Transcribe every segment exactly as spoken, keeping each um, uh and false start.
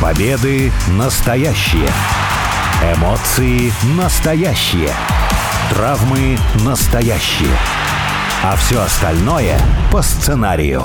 Победы настоящие. Эмоции настоящие. Травмы настоящие. А все остальное по сценарию.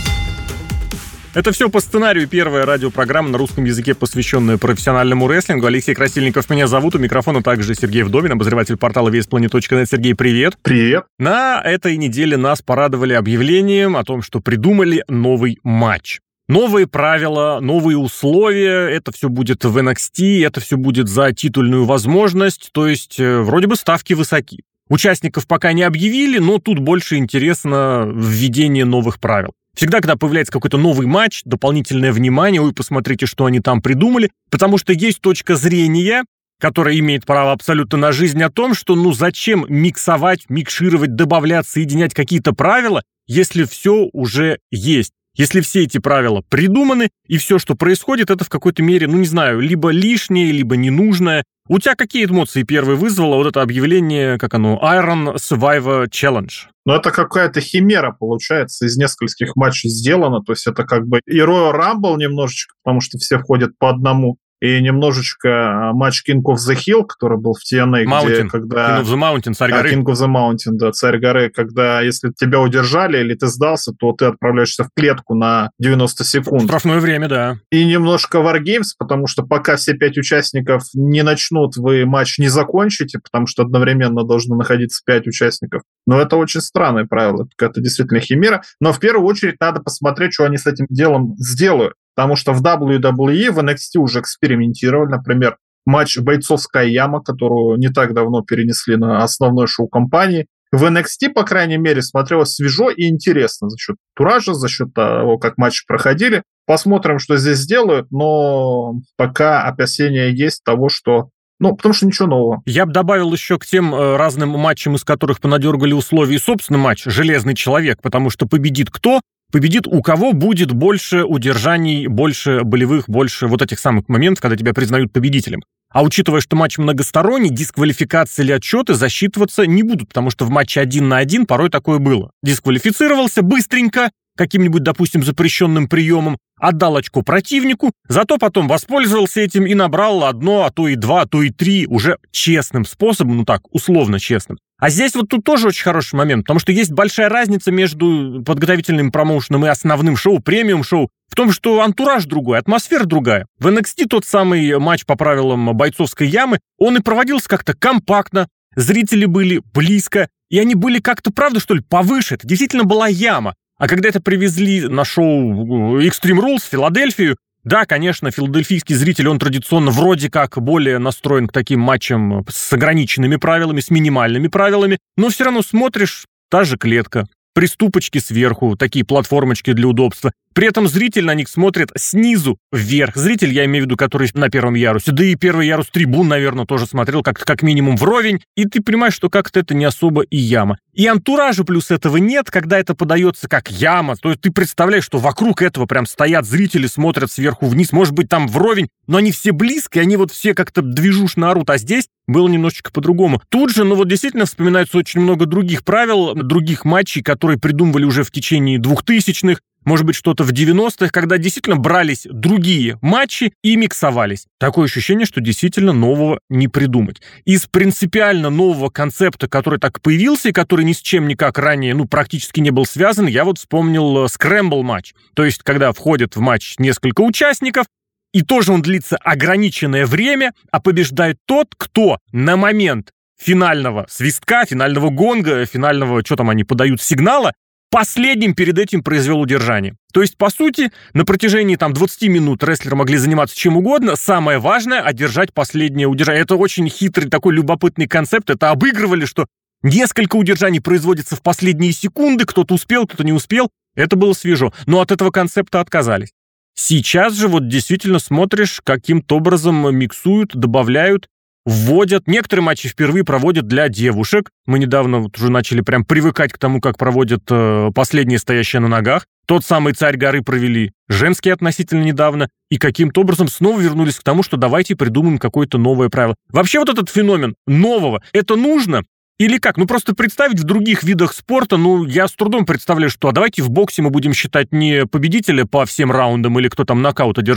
Это все по сценарию. Первая радиопрограмма на русском языке, посвященная профессиональному рестлингу. Алексей Красильников меня зовут. У микрофона также Сергей Вдовин, обозреватель портала весь планет точка нет. Сергей, привет. Привет. На этой неделе нас порадовали объявлением о том, что придумали новый матч. Новые правила, новые условия, это все будет в эн экс ти, это все будет за титульную возможность, то есть вроде бы ставки высоки. Участников пока не объявили, но тут больше интересно введение новых правил. Всегда, когда появляется какой-то новый матч, дополнительное внимание, ой, посмотрите, что они там придумали, потому что есть точка зрения, которая имеет право абсолютно на жизнь, о том, что ну зачем миксовать, микшировать, добавлять, соединять какие-то правила, если все уже есть. Если все эти правила придуманы, и все, что происходит, это в какой-то мере, ну не знаю, либо лишнее, либо ненужное. У тебя какие эмоции первые вызвало вот это объявление, как оно, Iron Survivor Challenge? Ну, это какая-то химера, получается, из нескольких матчей сделано. То есть это как бы и Royal Rumble немножечко, потому что все входят по одному, и немножечко матч King of the Hill, который был в ти эн эй, Mountain. где когда... King of the Mountain, царь горы. А, King of the Mountain, да, царь горы, когда если тебя удержали или ты сдался, то ты отправляешься в клетку на девяносто секунд. Штрафное время, да. И немножко Wargames, потому что пока все пять участников не начнут, вы матч не закончите, потому что одновременно должны находиться пять участников. Но это очень странное правило, это действительно химера. Но в первую очередь надо посмотреть, что они с этим делом сделают. Потому что в дабл ю дабл ю и, в эн экс ти уже экспериментировали. Например, матч бойцовская яма, которую не так давно перенесли на основное шоу компании. В эн экс ти, по крайней мере, смотрелось свежо и интересно за счет туража, за счет того, как матчи проходили. Посмотрим, что здесь сделают, но пока опасения есть того, что... Ну, потому что ничего нового. Я бы добавил еще к тем э, разным матчам, из которых понадергали условия, и собственно матч «Железный человек», потому что победит кто? Победит, у кого будет больше удержаний, больше болевых, больше вот этих самых моментов, когда тебя признают победителем. А учитывая, что матч многосторонний, дисквалификации или отчеты засчитываться не будут, потому что в матче один на один порой такое было. Дисквалифицировался быстренько, каким-нибудь, допустим, запрещенным приемом, отдал очко противнику, зато потом воспользовался этим и набрал одно, а то и два, а то и три уже честным способом, ну так, условно честным. А здесь вот тут тоже очень хороший момент, потому что есть большая разница между подготовительным промоушеном и основным шоу, премиум-шоу, в том, что антураж другой, атмосфера другая. В эн экс ти тот самый матч по правилам бойцовской ямы, он и проводился как-то компактно, зрители были близко, и они были как-то, правда, что ли, повыше. Это действительно была яма. А когда это привезли на шоу Extreme Rules в Филадельфию, да, конечно, филадельфийский зритель, он традиционно вроде как более настроен к таким матчам с ограниченными правилами, с минимальными правилами, но все равно смотришь, та же клетка, приступочки сверху, такие платформочки для удобства. При этом зритель на них смотрит снизу вверх. Зритель, я имею в виду, который на первом ярусе. Да и первый ярус трибун, наверное, тоже смотрел как, как минимум вровень. И ты понимаешь, что как-то это не особо и яма. И антуража плюс этого нет, когда это подается как яма. То есть ты представляешь, что вокруг этого прям стоят зрители, смотрят сверху вниз. Может быть, там вровень, но они все близко, и они вот все как-то движушно орут. А здесь было немножечко по-другому. Тут же, ну вот действительно вспоминается очень много других правил, других матчей, которые придумывали уже в течение двухтысячных. Может быть, что-то в девяностых, когда действительно брались другие матчи и миксовались. Такое ощущение, что действительно нового не придумать. Из принципиально нового концепта, который так появился и который ни с чем никак ранее, ну, практически не был связан, я вот вспомнил скрэмбл матч. То есть, когда входит в матч несколько участников, и тоже он длится ограниченное время, а побеждает тот, кто на момент финального свистка, финального гонга, финального, что там они подают, сигнала, последним перед этим произвел удержание. То есть, по сути, на протяжении там двадцати минут рестлеры могли заниматься чем угодно. Самое важное — одержать последнее удержание. Это очень хитрый такой любопытный концепт. Это обыгрывали, что несколько удержаний производится в последние секунды. Кто-то успел, кто-то не успел. Это было свежо. Но от этого концепта отказались. Сейчас же вот действительно смотришь, каким-то образом миксуют, добавляют, вводят. Некоторые матчи впервые проводят для девушек. Мы недавно вот уже начали прям привыкать к тому, как проводят э, последние стоящие на ногах. Тот самый «Царь горы» провели женские относительно недавно. И каким-то образом снова вернулись к тому, что давайте придумаем какое-то новое правило. Вообще вот этот феномен нового, это нужно? Или как? Ну, просто представить в других видах спорта, ну, я с трудом представляю, что а давайте в боксе мы будем считать не победителя по всем раундам или кто там нокаут одержал,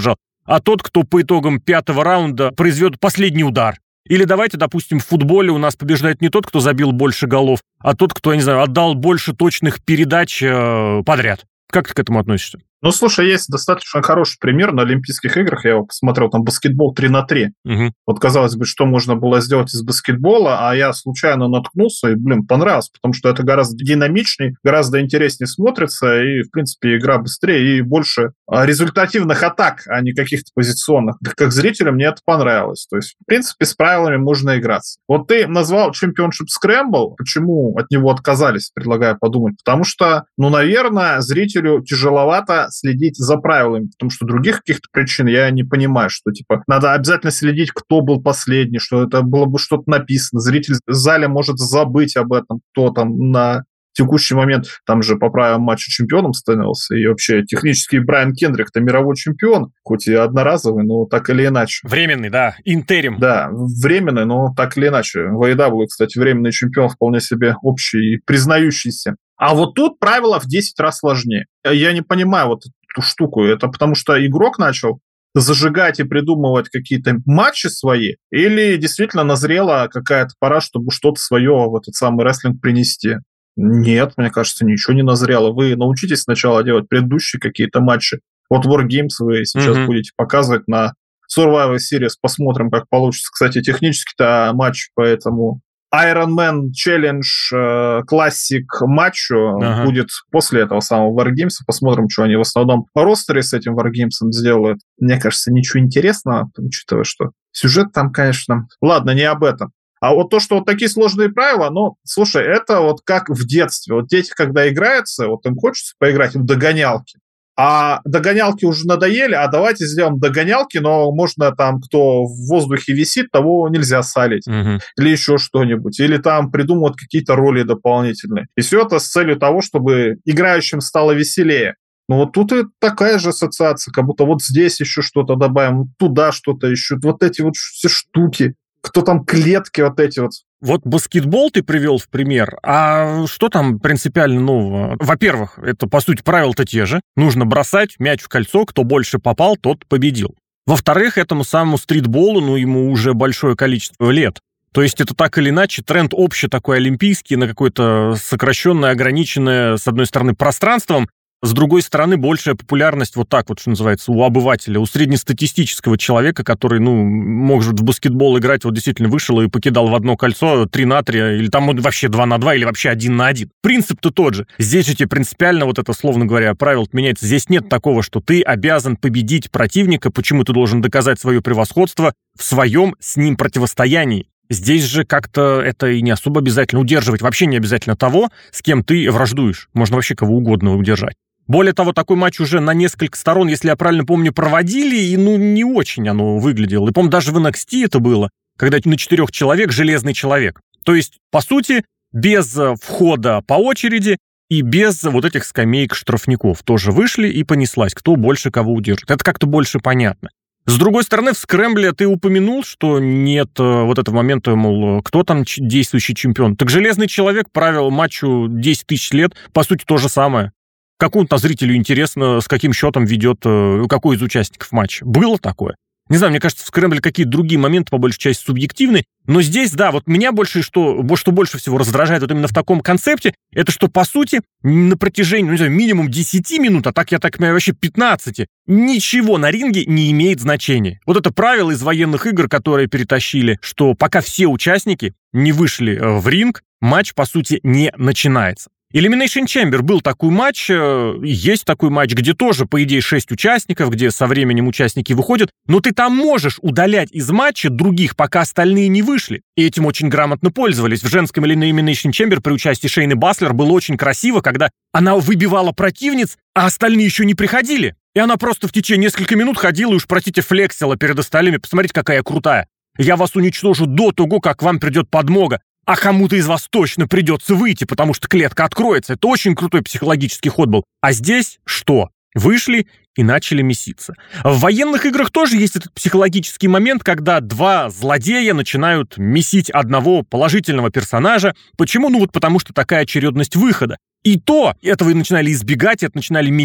а тот, кто по итогам пятого раунда произведет последний удар. Или давайте, допустим, в футболе у нас побеждает не тот, кто забил больше голов, а тот, кто, я не знаю, отдал больше точных передач э, подряд. Как ты к этому относишься? Ну, слушай, есть достаточно хороший пример на Олимпийских играх. Я его посмотрел, там баскетбол три на три. Угу. Вот, казалось бы, что можно было сделать из баскетбола, а я случайно наткнулся и, блин, понравилось, потому что это гораздо динамичнее, гораздо интереснее смотрится, и, в принципе, игра быстрее и больше результативных атак, а не каких-то позиционных. Как зрителю мне это понравилось. То есть, в принципе, с правилами можно играться. Вот ты назвал Championship Scramble. Почему от него отказались, предлагаю подумать? Потому что, ну, наверное, зрителю тяжеловато следить за правилами, потому что других каких-то причин я не понимаю, что, типа, надо обязательно следить, кто был последний, что это было бы что-то написано. Зритель в зале может забыть об этом, кто там на текущий момент, там же по правилам матча чемпионом становился, и вообще технически Брайан Кендрик-то мировой чемпион, хоть и одноразовый, но так или иначе. Временный, да, интерим. Да, временный, но так или иначе. В эй дабл ю, кстати, временный чемпион вполне себе общий и признающийся. А вот тут правила в десять раз сложнее. Я не понимаю вот эту штуку. Это потому что игрок начал зажигать и придумывать какие-то матчи свои, или действительно назрела какая-то пора, чтобы что-то свое в этот самый рестлинг принести? Нет, мне кажется, ничего не назрело. Вы научитесь сначала делать предыдущие какие-то матчи. Вот Wargames вы сейчас mm-hmm. будете показывать на Survivor Series. Посмотрим, как получится. Кстати, технически-то матч по этому Iron Man Challenge э, Classic матчу ага. будет после этого самого Wargames. Посмотрим, что они в основном по ростере с этим Wargames сделают. Мне кажется, ничего интересного, учитывая, что сюжет там, конечно... Ладно, не об этом. А вот то, что вот такие сложные правила, ну, слушай, это вот как в детстве. Вот дети, когда играются, вот им хочется поиграть в догонялки. А догонялки уже надоели, а давайте сделаем догонялки, но можно там, кто в воздухе висит, того нельзя салить. Uh-huh. Или еще что-нибудь. Или там придумывают какие-то роли дополнительные. И все это с целью того, чтобы играющим стало веселее. Ну вот тут и такая же ассоциация, как будто вот здесь еще что-то добавим, туда что-то еще. Вот эти вот все штуки. Кто там клетки вот эти вот. Вот баскетбол ты привел в пример, а что там принципиально нового? Во-первых, это, по сути, правила-то те же. Нужно бросать мяч в кольцо, кто больше попал, тот победил. Во-вторых, этому самому стритболу, ну, ему уже большое количество лет. То есть это так или иначе тренд общий такой олимпийский на какое-то сокращенное, ограниченное, с одной стороны, пространством, с другой стороны, большая популярность вот так вот, что называется, у обывателя, у среднестатистического человека, который, ну, может в баскетбол играть, вот действительно вышел и покидал в одно кольцо три на три, или там вообще два на два, или вообще один на один. Принцип-то тот же. Здесь же тебе принципиально вот это, словно говоря, правило меняется. Здесь нет такого, что ты обязан победить противника, почему ты должен доказать свое превосходство в своем с ним противостоянии. Здесь же как-то это и не особо обязательно удерживать. Вообще не обязательно того, с кем ты враждуешь. Можно вообще кого угодно удержать. Более того, такой матч уже на несколько сторон, если я правильно помню, проводили, и ну не очень оно выглядело. И, помню, даже в эн экс ти это было, когда на четырех человек железный человек. То есть, по сути, без входа по очереди и без вот этих скамеек штрафников тоже вышли и понеслась, кто больше кого удержит. Это как-то больше понятно. С другой стороны, в скрэмбле ты упомянул, что нет вот этого момента, мол, кто там действующий чемпион. Так железный человек правил матчу десять тысяч лет, по сути, то же самое. Какому-то зрителю интересно, с каким счетом ведет какой из участников матча. Было такое? Не знаю, мне кажется, в скрэмбле какие-то другие моменты, по большей части, субъективны. Но здесь, да, вот меня больше, что, что больше всего раздражает вот именно в таком концепте, это что, по сути, на протяжении, ну, не знаю, минимум десяти минут, а так, я так понимаю, вообще пятнадцати, ничего на ринге не имеет значения. Вот это правило из военных игр, которые перетащили, что пока все участники не вышли в ринг, матч, по сути, не начинается. Elimination Chamber был такой матч, есть такой матч, где тоже, по идее, шесть участников, где со временем участники выходят, но ты там можешь удалять из матча других, пока остальные не вышли. И этим очень грамотно пользовались. В женском Elimination Chamber при участии Шейны Баслер было очень красиво, когда она выбивала противниц, а остальные еще не приходили. И она просто в течение нескольких минут ходила и уж, простите, флексила перед остальными. Посмотрите, какая я крутая. Я вас уничтожу до того, как вам придет подмога. А кому-то из вас точно придется выйти, потому что клетка откроется. Это очень крутой психологический ход был. А здесь что? Вышли и начали меситься. В военных играх тоже есть этот психологический момент, когда два злодея начинают месить одного положительного персонажа. Почему? Ну вот потому что такая очередность выхода. И то этого начинали избегать, это начинали менять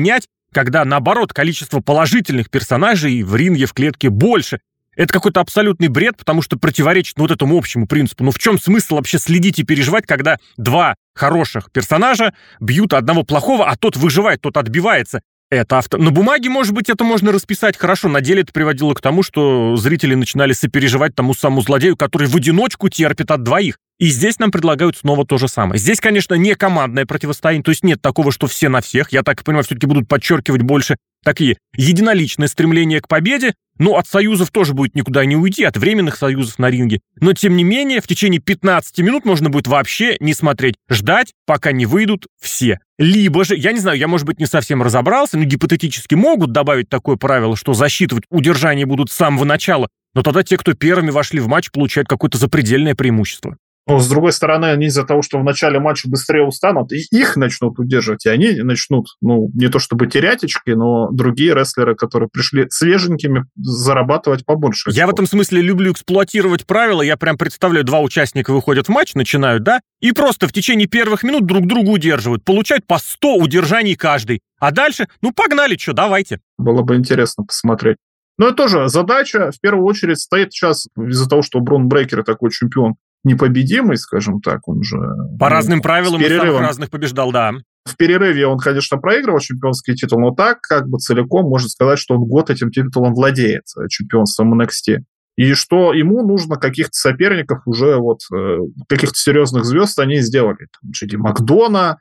когда, наоборот, количество положительных персонажей в ринге, в клетке больше. Это какой-то абсолютный бред, потому что противоречит ну, вот этому общему принципу. Ну в чем смысл вообще следить и переживать, когда два хороших персонажа бьют одного плохого, а тот выживает, тот отбивается? Это авто... На бумаге, может быть, это можно расписать хорошо. На деле это приводило к тому, что зрители начинали сопереживать тому самому злодею, который в одиночку терпит от двоих. И здесь нам предлагают снова то же самое. Здесь, конечно, не командное противостояние, то есть нет такого, что все на всех. Я так понимаю, все-таки будут подчеркивать больше такие единоличные стремления к победе. Но от союзов тоже будет никуда не уйти, от временных союзов на ринге. Но, тем не менее, в течение пятнадцати минут можно будет вообще не смотреть. Ждать, пока не выйдут все. Либо же, я не знаю, я, может быть, не совсем разобрался, но гипотетически могут добавить такое правило, что засчитывать удержание будут с самого начала. Но тогда те, кто первыми вошли в матч, получают какое-то запредельное преимущество. Но, с другой стороны, они из-за того, что в начале матча быстрее устанут, и их начнут удерживать, и они начнут, ну, не то чтобы терять очки, но другие рестлеры, которые пришли свеженькими, зарабатывать побольше. Я в этом смысле люблю эксплуатировать правила. Я прям представляю, два участника выходят в матч, начинают, да, и просто в течение первых минут друг друга удерживают. Получают по сто удержаний каждый. А дальше, ну, погнали, что, давайте. Было бы интересно посмотреть. Но это тоже задача, в первую очередь, стоит сейчас из-за того, что Брон Брейкер такой чемпион, непобедимый, скажем так, он же... По ну, разным правилам и самых разных побеждал, да. В перерыве он, конечно, проигрывал чемпионский титул, но так, как бы целиком, можно сказать, что он год этим титулом владеет, чемпионством эн экс ти. И что ему нужно каких-то соперников уже, вот, каких-то серьезных звезд они сделали. Там, Джеди Макдона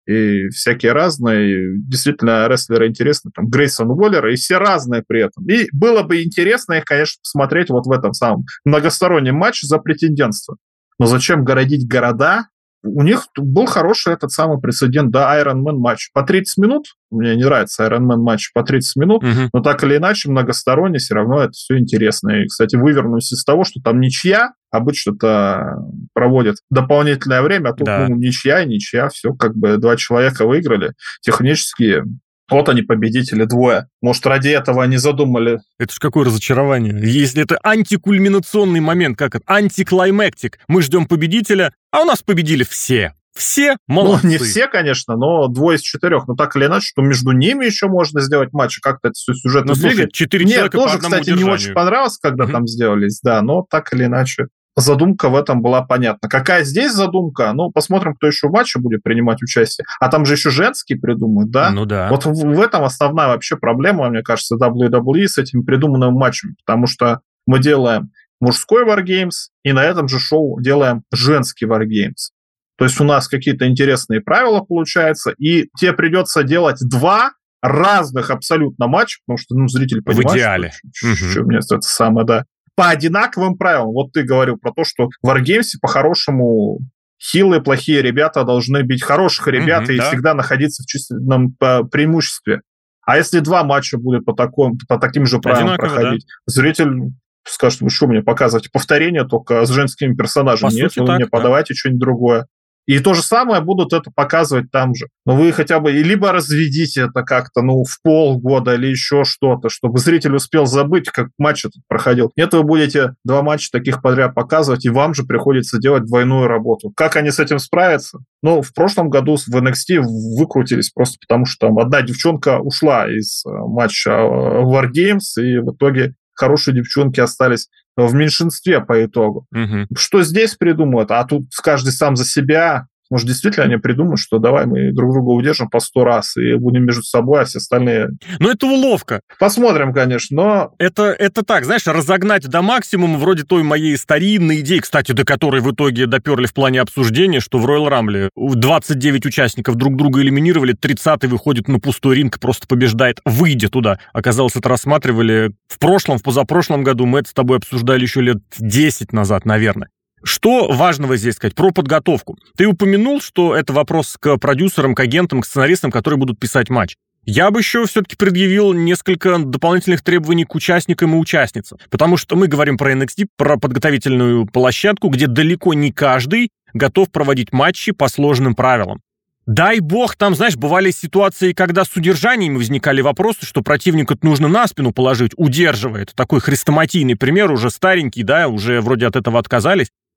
и всякие разные, действительно, рестлеры интересные, там, Грейсон Уоллер, и все разные при этом. И было бы интересно их, конечно, посмотреть вот в этом самом многостороннем матче за претендентство. Но зачем городить города? У них был хороший этот самый прецедент, да, Iron Man матч. По тридцать минут, мне не нравится Iron Man матч по тридцать минут, uh-huh. но так или иначе многосторонне все равно это все интересно. И, кстати, вывернусь из того, что там ничья, обычно-то проводят дополнительное время, а тут да. ну, ничья, ничья, все, как бы два человека выиграли. Технически вот они, победители, двое. Может, ради этого они задумали. Это ж какое разочарование. Если это антикульминационный момент, как это, антиклаймектик. Мы ждем победителя, а у нас победили все. Все молодцы. Ну, не все, конечно, но двое из четырех. Но так или иначе, что между ними еще можно сделать матч. Как-то это все сюжетно ну, двигать. Четыре Мне человека тоже, по одному кстати, удержанию. не очень понравилось, когда mm-hmm. там сделались, да, но так или иначе. Задумка в этом была понятна. Какая здесь задумка? Ну, посмотрим, кто еще в матче будет принимать участие. А там же еще женские придумают, да? Ну да. Вот в, в этом основная вообще проблема, мне кажется, дабл ю дабл ю и с этими придуманными матчами. Потому что мы делаем мужской Wargames, и на этом же шоу делаем женский Wargames. То есть у нас какие-то интересные правила получаются, и тебе придется делать два разных абсолютно матча, потому что ну, зритель понимает, в идеале. что, угу. что мне это самое, да. По одинаковым правилам. Вот ты говорил про то, что в Wargames по-хорошему хилые, плохие ребята должны бить хороших ребят mm-hmm, и да. всегда находиться в численном преимуществе. А если два матча будут по, такому, по таким же правилам Одинаково, проходить, да. зритель скажет, вы что мне показываете повторение только с женскими персонажами? По Нет, вы так, мне да. подавайте что-нибудь другое. И то же самое будут это показывать там же. Но вы хотя бы либо разведите это как-то, ну, в полгода или еще что-то, чтобы зритель успел забыть, как матч этот проходил. Нет, вы будете два матча таких подряд показывать, и вам же приходится делать двойную работу. Как они с этим справятся? Ну, в прошлом году в эн экс ти выкрутились просто потому, что там одна девчонка ушла из матча Wargames, и в итоге хорошие девчонки остались в меньшинстве по итогу. Угу. Что здесь придумают? А тут каждый сам за себя. Может, действительно они придумают, что давай мы друг друга удержим по сто раз и будем между собой, а все остальные... Ну, это уловка. Посмотрим, конечно, но... Это, это так, знаешь, разогнать до максимума вроде той моей старинной идеи, кстати, до которой в итоге доперли в плане обсуждения, что в Royal Rumble двадцать девять участников друг друга элиминировали, тридцатый выходит на пустой ринг, просто побеждает, выйдя туда. Оказалось, это рассматривали в прошлом, в позапрошлом году, мы это с тобой обсуждали еще лет десять назад, наверное. Что важного здесь сказать? Про подготовку. Ты упомянул, что это вопрос к продюсерам, к агентам, к сценаристам, которые будут писать матч. Я бы еще все-таки предъявил несколько дополнительных требований к участникам и участницам. Потому что мы говорим про эн экс ти, про подготовительную площадку, где далеко не каждый готов проводить матчи по сложным правилам. Дай бог, там, знаешь, бывали ситуации, когда с удержаниями возникали вопросы, что противника нужно на спину положить, удерживает. Такой хрестоматийный пример, уже старенький, да, уже вроде от этого отказались.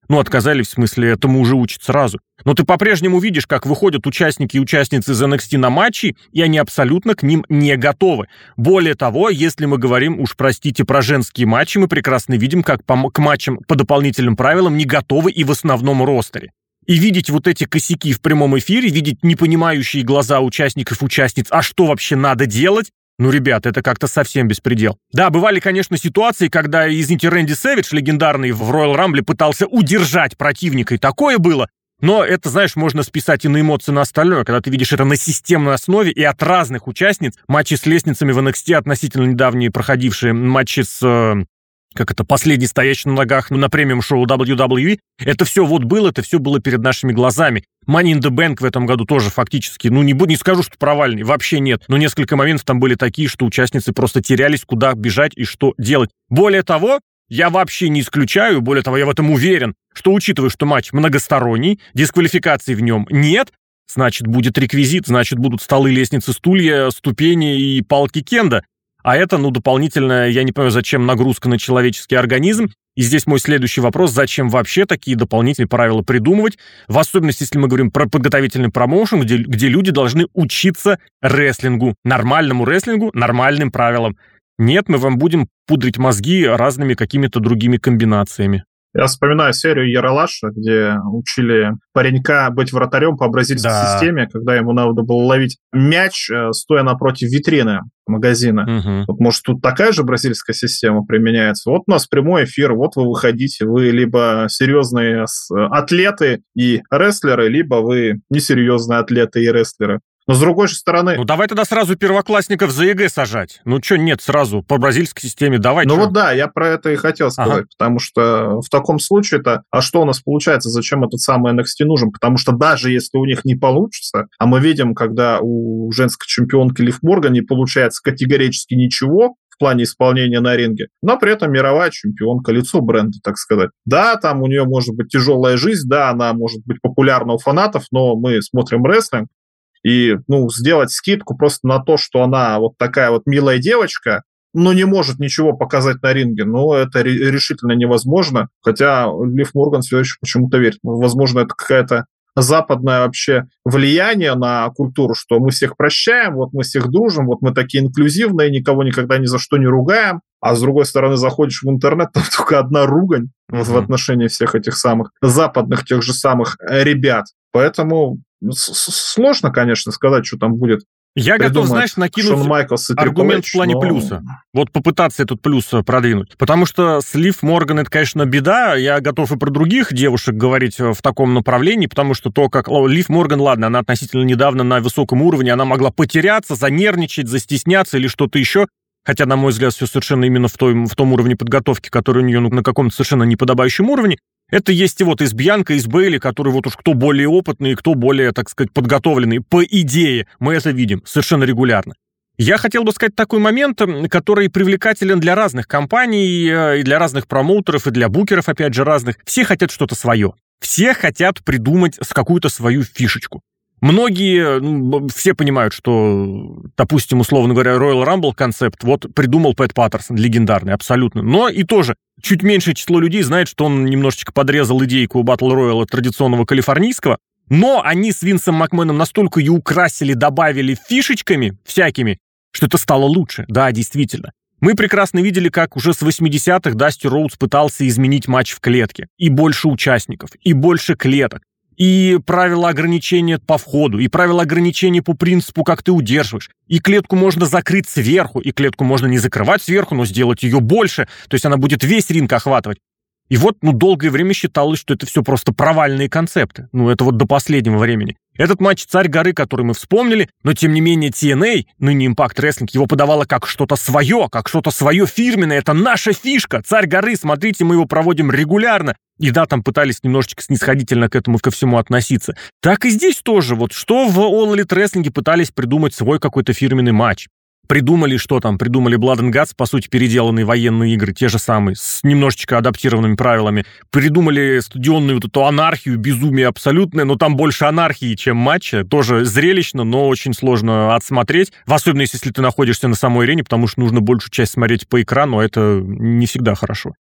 Ну, отказались, в смысле, этому уже учат сразу. Но ты по-прежнему видишь, как выходят участники и участницы из эн экс ти на матчи, и они абсолютно к ним не готовы. Более того, если мы говорим, уж простите, про женские матчи, мы прекрасно видим, как по- к матчам по дополнительным правилам не готовы и в основном ростере. И видеть вот эти косяки в прямом эфире, видеть непонимающие глаза участников и участниц, а что вообще надо делать? Ну, ребят, это как-то совсем беспредел. Да, бывали, конечно, ситуации, когда, извините, Рэнди Сэвидж, легендарный в Royal Rumble, пытался удержать противника, и такое было. Но это, знаешь, можно списать и на эмоции, на остальное, когда ты видишь это на системной основе и от разных участниц. Матчи с лестницами в эн экс ти, относительно недавние проходившие матчи с... как это, последний стоящий на ногах на премиум-шоу дабл ю дабл ю и, это все вот было, это все было перед нашими глазами. Money in the Bank в этом году тоже фактически, ну, не, не скажу, что провальный, вообще нет, но несколько моментов там были такие, что участницы просто терялись, куда бежать и что делать. Более того, я вообще не исключаю, более того, я в этом уверен, что, учитывая, что матч многосторонний, дисквалификации в нем нет, значит, будет реквизит, значит, будут столы, лестницы, стулья, ступени и палки кенда. А это, ну, дополнительная, я не понимаю, зачем нагрузка на человеческий организм. И здесь мой следующий вопрос, зачем вообще такие дополнительные правила придумывать, в особенности, если мы говорим про подготовительный промоушен, где, где люди должны учиться рестлингу, нормальному рестлингу, нормальным правилам. Нет, мы вам будем пудрить мозги разными какими-то другими комбинациями. Я вспоминаю серию Яралаша, где учили паренька быть вратарем по бразильской да. системе, когда ему надо было ловить мяч, стоя напротив витрины магазина. Угу. Вот, может, тут такая же бразильская система применяется? Вот у нас прямой эфир, вот вы выходите, вы либо серьезные атлеты и рестлеры, либо вы несерьезные атлеты и рестлеры. Но с другой же стороны... Ну, давай тогда сразу первоклассников за ЕГЭ сажать. Ну, что нет, сразу по бразильской системе, давай. Ну, чё? вот да, я про это и хотел сказать, ага. потому что в таком случае-то... А что у нас получается? Зачем этот самый эн экс ти нужен? Потому что даже если у них не получится, а мы видим, когда у женской чемпионки Лив Морган не получается категорически ничего в плане исполнения на ринге, но при этом мировая чемпионка, лицо бренда, так сказать. Да, там у нее может быть тяжелая жизнь, да, она может быть популярна у фанатов, но мы смотрим рестлинг, и, ну, сделать скидку просто на то, что она вот такая вот милая девочка, но не может ничего показать на ринге, ну, это ре- решительно невозможно. Хотя Лив Морган все еще почему-то верит. Возможно, это какая-то западное вообще влияние на культуру, что мы всех прощаем, вот мы всех дружим, вот мы такие инклюзивные, никого никогда ни за что не ругаем. А с другой стороны, заходишь в интернет, там только одна ругань mm-hmm. в отношении всех этих самых западных, тех же самых ребят. Поэтому сложно, конечно, сказать, что там будет. Я готов, знаешь, накинуть аргумент в плане но... плюса. Вот попытаться этот плюс продвинуть. Потому что с Лив Морган это, конечно, беда. Я готов и про других девушек говорить в таком направлении, потому что то, как... Лив Морган, ладно, она относительно недавно на высоком уровне, она могла потеряться, занервничать, застесняться или что-то еще. Хотя, на мой взгляд, все совершенно именно в том, в том уровне подготовки, который у нее ну, на каком-то совершенно неподобающем уровне. Это есть и вот из Бьянка, из Бейли, которые вот уж кто более опытный, кто более, так сказать, подготовленный. По идее, мы это видим совершенно регулярно. Я хотел бы сказать такой момент, который привлекателен для разных компаний, и для разных промоутеров, и для букеров, опять же, разных. Все хотят что-то свое. Все хотят придумать какую-то свою фишечку. Многие, ну, все понимают, что, допустим, условно говоря, Royal Rumble концепт вот придумал Пэт Паттерсон, легендарный, абсолютно. Но и тоже чуть меньшее число людей знает, что он немножечко подрезал идейку Battle Royale традиционного калифорнийского, но они с Винсом Макменом настолько ее украсили, добавили фишечками всякими, что это стало лучше. Да, действительно. Мы прекрасно видели, как уже с восьмидесятых Дасти Роудс пытался изменить матч в клетке. И больше участников, и больше клеток. И правила ограничения по входу, и правила ограничения по принципу, как ты удерживаешь. И клетку можно закрыть сверху, и клетку можно не закрывать сверху, но сделать ее больше. То есть она будет весь ринг охватывать. И вот, ну, долгое время считалось, что это все просто провальные концепты. Ну, это вот до последнего времени. Этот матч «Царь горы», который мы вспомнили, но, тем не менее, ти эн эй, ныне Impact Wrestling, его подавала как что-то свое, как что-то свое фирменное. Это наша фишка. «Царь горы», смотрите, мы его проводим регулярно. И да, там пытались немножечко снисходительно к этому, ко всему относиться. Так и здесь тоже. Вот что в All Elite Wrestling пытались придумать свой какой-то фирменный матч. Придумали что там? Придумали Blood and Guts, по сути, переделанные военные игры, те же самые, с немножечко адаптированными правилами. Придумали стадионную вот эту анархию, безумие абсолютное, но там больше анархии, чем матча. Тоже зрелищно, но очень сложно отсмотреть. В особенности, если ты находишься на самой арене, потому что нужно большую часть смотреть по экрану, а это не всегда хорошо.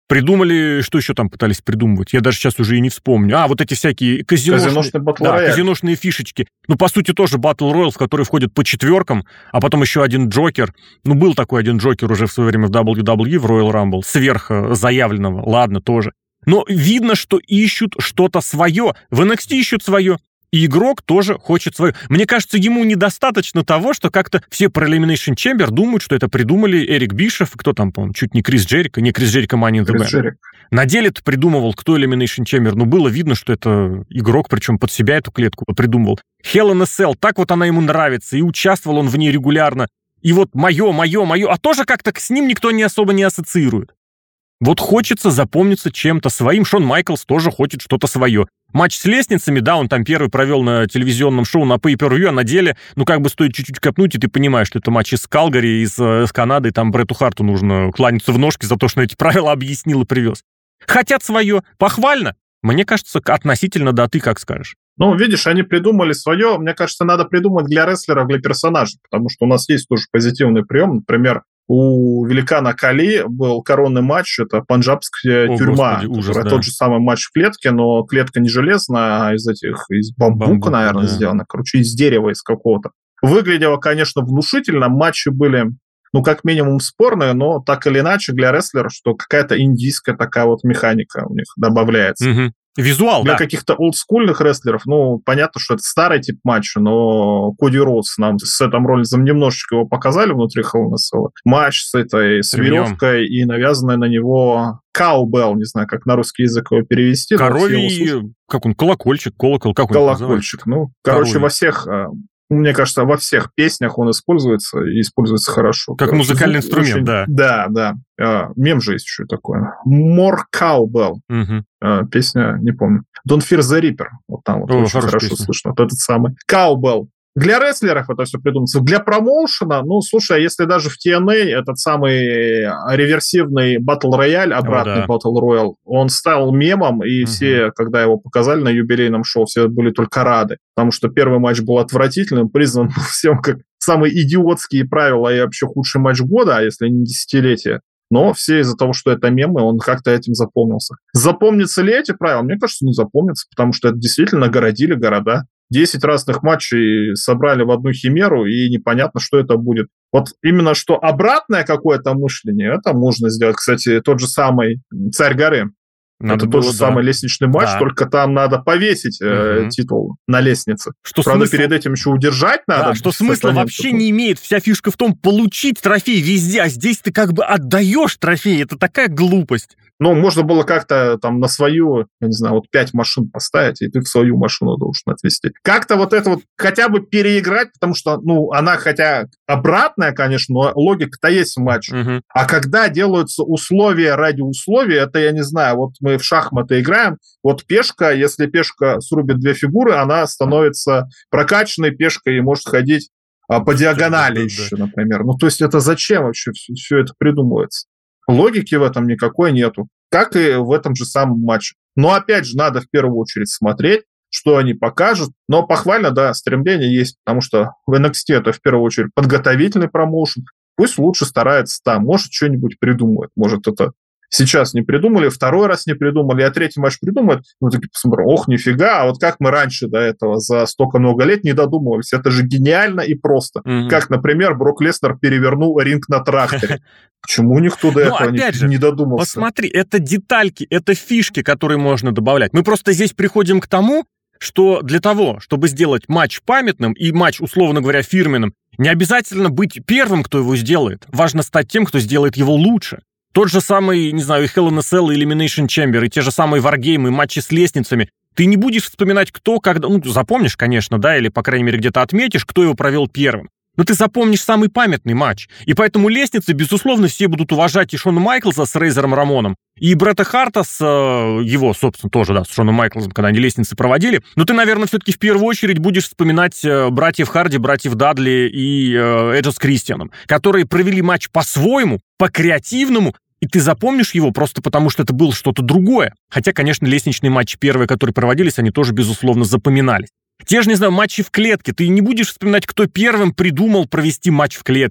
Придумали, что еще там пытались придумывать? Я даже сейчас уже и не вспомню. А, вот эти всякие казиношные, да, казиношные фишечки. Ну, по сути, тоже Battle Royale, в который входят по четверкам, а потом еще один Джокер. Ну, был такой один Джокер уже в свое время в дабл ю дабл ю и, в Royal Rumble, сверх заявленного. Ладно, тоже. Но видно, что ищут что-то свое. В эн экс ти ищут свое. И игрок тоже хочет свое. Мне кажется, ему недостаточно того, что как-то все про Elimination Chamber думают, что это придумали Эрик Бишоф, кто там, по-моему, чуть не Крис Джерико, не Крис Джерико, Money in the Bank. На деле-то придумывал, кто Elimination Chamber. Ну, было видно, что это игрок, причем под себя эту клетку придумывал. Hell in a Cell, так вот она ему нравится, и участвовал он в ней регулярно. И вот мое, мое, мое, а тоже как-то с ним никто не особо не ассоциирует. Вот хочется запомниться чем-то своим. Шон Майклс тоже хочет что-то свое. Матч с лестницами, да, он там первый провел на телевизионном шоу на Pay-Per-View, а на деле, ну, как бы стоит чуть-чуть копнуть, и ты понимаешь, что это матч из Калгари, из, из Канады, и там Бретту Харту нужно кланяться в ножки за то, что эти правила объяснил и привез. Хотят свое. Похвально. Мне кажется, относительно, да, ты как скажешь. Ну, видишь, они придумали свое. Мне кажется, надо придумать для рестлеров, для персонажей, потому что у нас есть тоже позитивный прием. Например, у великана Кали был коронный матч, это панджабская О, тюрьма. Господи, ужас, да. Тот же самый матч в клетке, но клетка не железная, а из этих, из бамбука, Бамбук, наверное, да. сделана. Короче, из дерева из какого-то. Выглядело, конечно, внушительно. Матчи были, ну, как минимум спорные, но так или иначе для рестлеров, что какая-то индийская такая вот механика у них добавляется. Угу. Визуал, Для да. каких-то олдскульных рестлеров, ну, понятно, что это старый тип матча, но Коди Роудс нам с Сетом Роллинзом немножечко его показали внутри Hell in a Cell. Матч с этой, с веревкой и навязанной на него Cowbell, не знаю, как на русский язык его перевести. Коровий, как он, колокольчик, колокол, как он Колокольчик, ну, короче, Коровий. во всех... Мне кажется, во всех песнях он используется, и используется хорошо. Как короче, музыкальный инструмент, очень... да. Да, да. А, мем же есть еще такой. More Cowbell. Угу. А, песня, не помню. Don't Fear the Reaper. Вот там вот О, очень хорошо песня. слышно. Вот этот самый. Cowbell. Для рестлеров это все придумывается. Для промоушена, ну, слушай, а если даже в ти эн эй этот самый реверсивный Battle Royale, обратный О, да. Battle Royale, он стал мемом, и угу. все, когда его показали на юбилейном шоу, все были только рады. Потому что первый матч был отвратительным, признан всем как самые идиотские правила и вообще худший матч года, а если не десятилетие. Но все из-за того, что это мемы, он как-то этим запомнился. Запомнятся ли эти правила? Мне кажется, не запомнятся, потому что это действительно городили города. десять разных матчей собрали в одну химеру, и непонятно, что это будет. Вот именно что обратное какое-то мышление, это можно сделать. Кстати, тот же самый «Царь горы». Надо это было, тот же да. самый лестничный матч, да. только там надо повесить угу. э, титул на лестнице. Что Правда, смысл? перед этим еще удержать надо. Да, что смысла вообще не имеет. Вся фишка в том, получить трофей везде, а здесь ты как бы отдаешь трофей. Это такая глупость. Ну, можно было как-то там на свою, я не знаю, вот пять машин поставить, и ты в свою машину должен отвезти. Как-то вот это вот хотя бы переиграть, потому что, ну, она хотя обратная, конечно, но логика-то есть в матче. Угу. А когда делаются условия ради условий, это, я не знаю, вот мы в шахматы играем, вот пешка, если пешка срубит две фигуры, она становится прокачанной пешкой и может ходить а, по диагонали да, да, еще, да. например. Ну, то есть это зачем вообще все, все это придумывается? Логики в этом никакой нету, как и в этом же самом матче. Но, опять же, надо в первую очередь смотреть, что они покажут. Но похвально, да, стремление есть, потому что в эн экс ти это в первую очередь подготовительный промоушен. Пусть лучше старается там, может, что-нибудь придумает. Может, это сейчас не придумали, второй раз не придумали, а третий матч придумают. Ну, такие посмотрим, ох, нифига, а вот как мы раньше до этого за столько много лет не додумывались. Это же гениально и просто. Mm-hmm. Как, например, Брок Леснер перевернул ринг на тракторе. Почему никто до этого не, же, не додумался? Посмотри, это детальки, это фишки, которые можно добавлять. Мы просто здесь приходим к тому, что для того, чтобы сделать матч памятным и матч, условно говоря, фирменным, не обязательно быть первым, кто его сделает. Важно стать тем, кто сделает его лучше. Тот же самый, не знаю, Hell in a Cell, Elimination Chamber, и те же самые варгеймы, матчи с лестницами. Ты не будешь вспоминать, кто, когда... Ну, запомнишь, конечно, да, или, по крайней мере, где-то отметишь, кто его провел первым. Но ты запомнишь самый памятный матч. И поэтому лестницы, безусловно, все будут уважать и Шона Майклса с Рейзером Рамоном, и Бретта Харта с э, его, собственно, тоже, да, с Шоном Майклсом, когда они лестницы проводили. Но ты, наверное, все-таки в первую очередь будешь вспоминать э, братьев Харди, братьев Дадли и э, Эджа с Кристианом, которые провели матч по-своему, по-креативному, и ты запомнишь его просто потому, что это было что-то другое. Хотя, конечно, лестничные матчи первые, которые проводились, они тоже, безусловно, запоминались. Те же, не знаю, матчи в клетке. Ты не будешь вспоминать, кто первым придумал провести матч в клетке.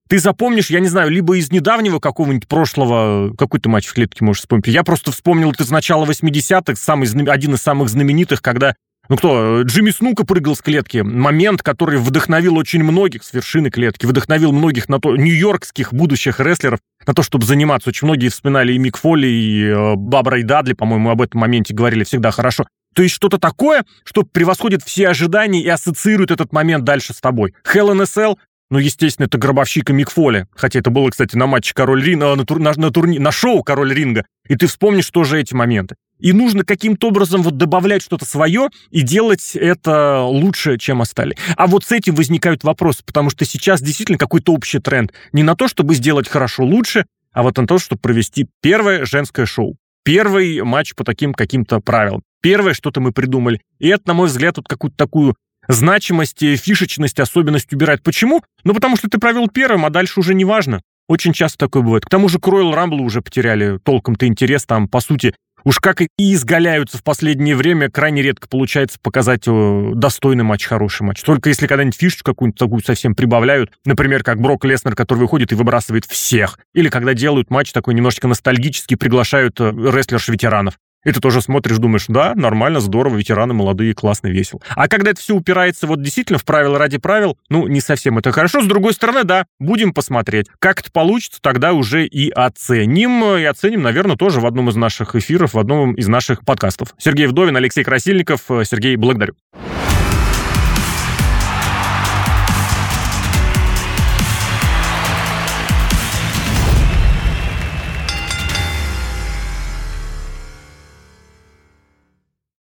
ты запомнишь, я не знаю, либо из недавнего какого-нибудь прошлого, какой ты матч в клетке можешь вспомнить? Я просто вспомнил это из начала восьмидесятых, самый, один из самых знаменитых, когда, ну кто, Джимми Снука прыгал с клетки. Момент, который вдохновил очень многих с вершины клетки, вдохновил многих на то, нью-йоркских будущих рестлеров, на то, чтобы заниматься. Очень многие вспоминали и Мик Фолли, и э, Бабра и Дадли, по-моему, об этом моменте говорили всегда хорошо. То есть что-то такое, что превосходит все ожидания и ассоциирует этот момент дальше с тобой. Hell in a Cell, ну, естественно, это гробовщик и Мик Фолли. Хотя это было, кстати, на матче Король Ринга, на, тур, на, на, турни, на шоу Король Ринга. И ты вспомнишь тоже эти моменты. И нужно каким-то образом вот добавлять что-то свое и делать это лучше, чем остальные. А вот с этим возникают вопросы, потому что сейчас действительно какой-то общий тренд. Не на то, чтобы сделать хорошо лучше, а вот на то, чтобы провести первое женское шоу. Первый матч по таким каким-то правилам. Первое что-то мы придумали. И это, на мой взгляд, вот какую-то такую значимость, фишечность, особенность убирает. Почему? Ну, потому что ты провел первым, а дальше уже не важно. Очень часто такое бывает. К тому же к Royal Rumble уже потеряли толком-то интерес. Там, по сути, уж как и изгаляются в последнее время, крайне редко получается показать достойный матч, хороший матч. Только если когда-нибудь фишечку какую-нибудь такую совсем прибавляют, например, как Брок Леснер, который выходит и выбрасывает всех. Или когда делают матч такой немножечко ностальгический, приглашают рестлерш-ветеранов. И ты тоже смотришь, думаешь, да, нормально, здорово, ветераны молодые, классно, весело. А когда это все упирается вот действительно в правила ради правил, ну, не совсем это хорошо. С другой стороны, да, будем посмотреть. Как это получится, тогда уже и оценим. И оценим, наверное, тоже в одном из наших эфиров, в одном из наших подкастов. Сергей Вдовин, Алексей Красильников. Сергей, благодарю.